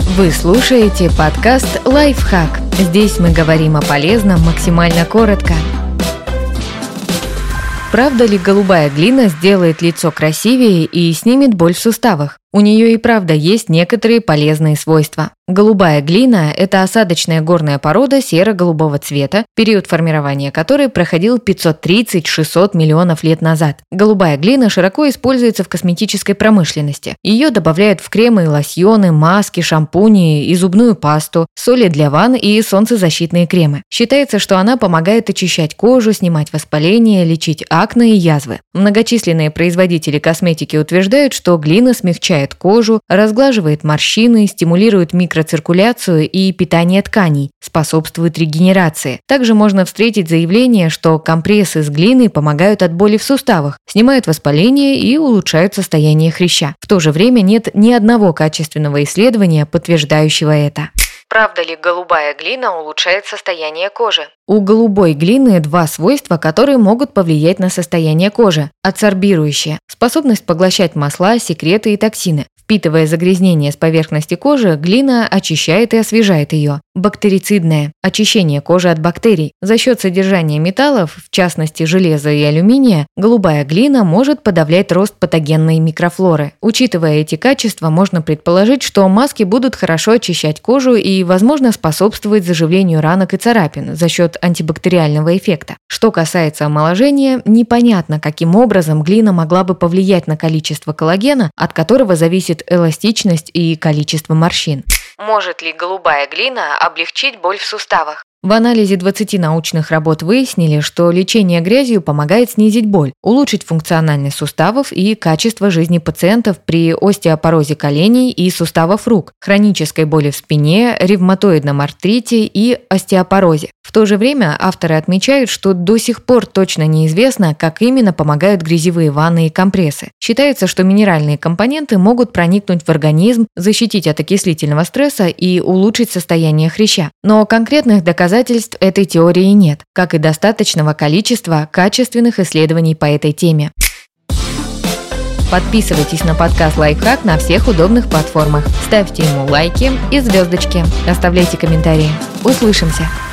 Вы слушаете подкаст «Лайфхак». Здесь мы говорим о полезном максимально коротко. Правда ли голубая глина сделает лицо красивее и снимет боль в суставах? У нее и правда есть некоторые полезные свойства. Голубая глина – это осадочная горная порода серо-голубого цвета, период формирования которой проходил 530-600 миллионов лет назад. Голубая глина широко используется в косметической промышленности. Ее добавляют в кремы и лосьоны, маски, шампуни и зубную пасту, соли для ванн и солнцезащитные кремы. Считается, что она помогает очищать кожу, снимать воспаление, лечить акне и язвы. Многочисленные производители косметики утверждают, что глина смягчает кожу, разглаживает морщины, стимулирует микроциркуляцию и питание тканей, способствует регенерации. Также можно встретить заявление, что компрессы с глиной помогают от боли в суставах, снимают воспаление и улучшают состояние хряща. В то же время нет ни одного качественного исследования, подтверждающего это. Правда ли голубая глина улучшает состояние кожи? У голубой глины два свойства, которые могут повлиять на состояние кожи. Адсорбирующая – способность поглощать масла, секреты и токсины. Впитывая загрязнение с поверхности кожи, глина очищает и освежает ее. Бактерицидное – очищение кожи от бактерий. За счет содержания металлов, в частности железа и алюминия, голубая глина может подавлять рост патогенной микрофлоры. Учитывая эти качества, можно предположить, что маски будут хорошо очищать кожу и, возможно, способствовать заживлению ранок и царапин за счет антибактериального эффекта. Что касается омоложения, непонятно, каким образом глина могла бы повлиять на количество коллагена, от которого зависит эластичность и количество морщин. Может ли голубая глина облегчить боль в суставах? В анализе 20 научных работ выяснили, что лечение грязью помогает снизить боль, улучшить функциональность суставов и качество жизни пациентов при остеопорозе коленей и суставов рук, хронической боли в спине, ревматоидном артрите и остеопорозе. В то же время авторы отмечают, что до сих пор точно неизвестно, как именно помогают грязевые ванны и компрессы. Считается, что минеральные компоненты могут проникнуть в организм, защитить от окислительного стресса и улучшить состояние хряща. Но конкретных доказательств этой теории нет, как и достаточного количества качественных исследований по этой теме. Подписывайтесь на подкаст «Лайфхак» на всех удобных платформах. Ставьте ему лайки и звездочки. Оставляйте комментарии. Услышимся!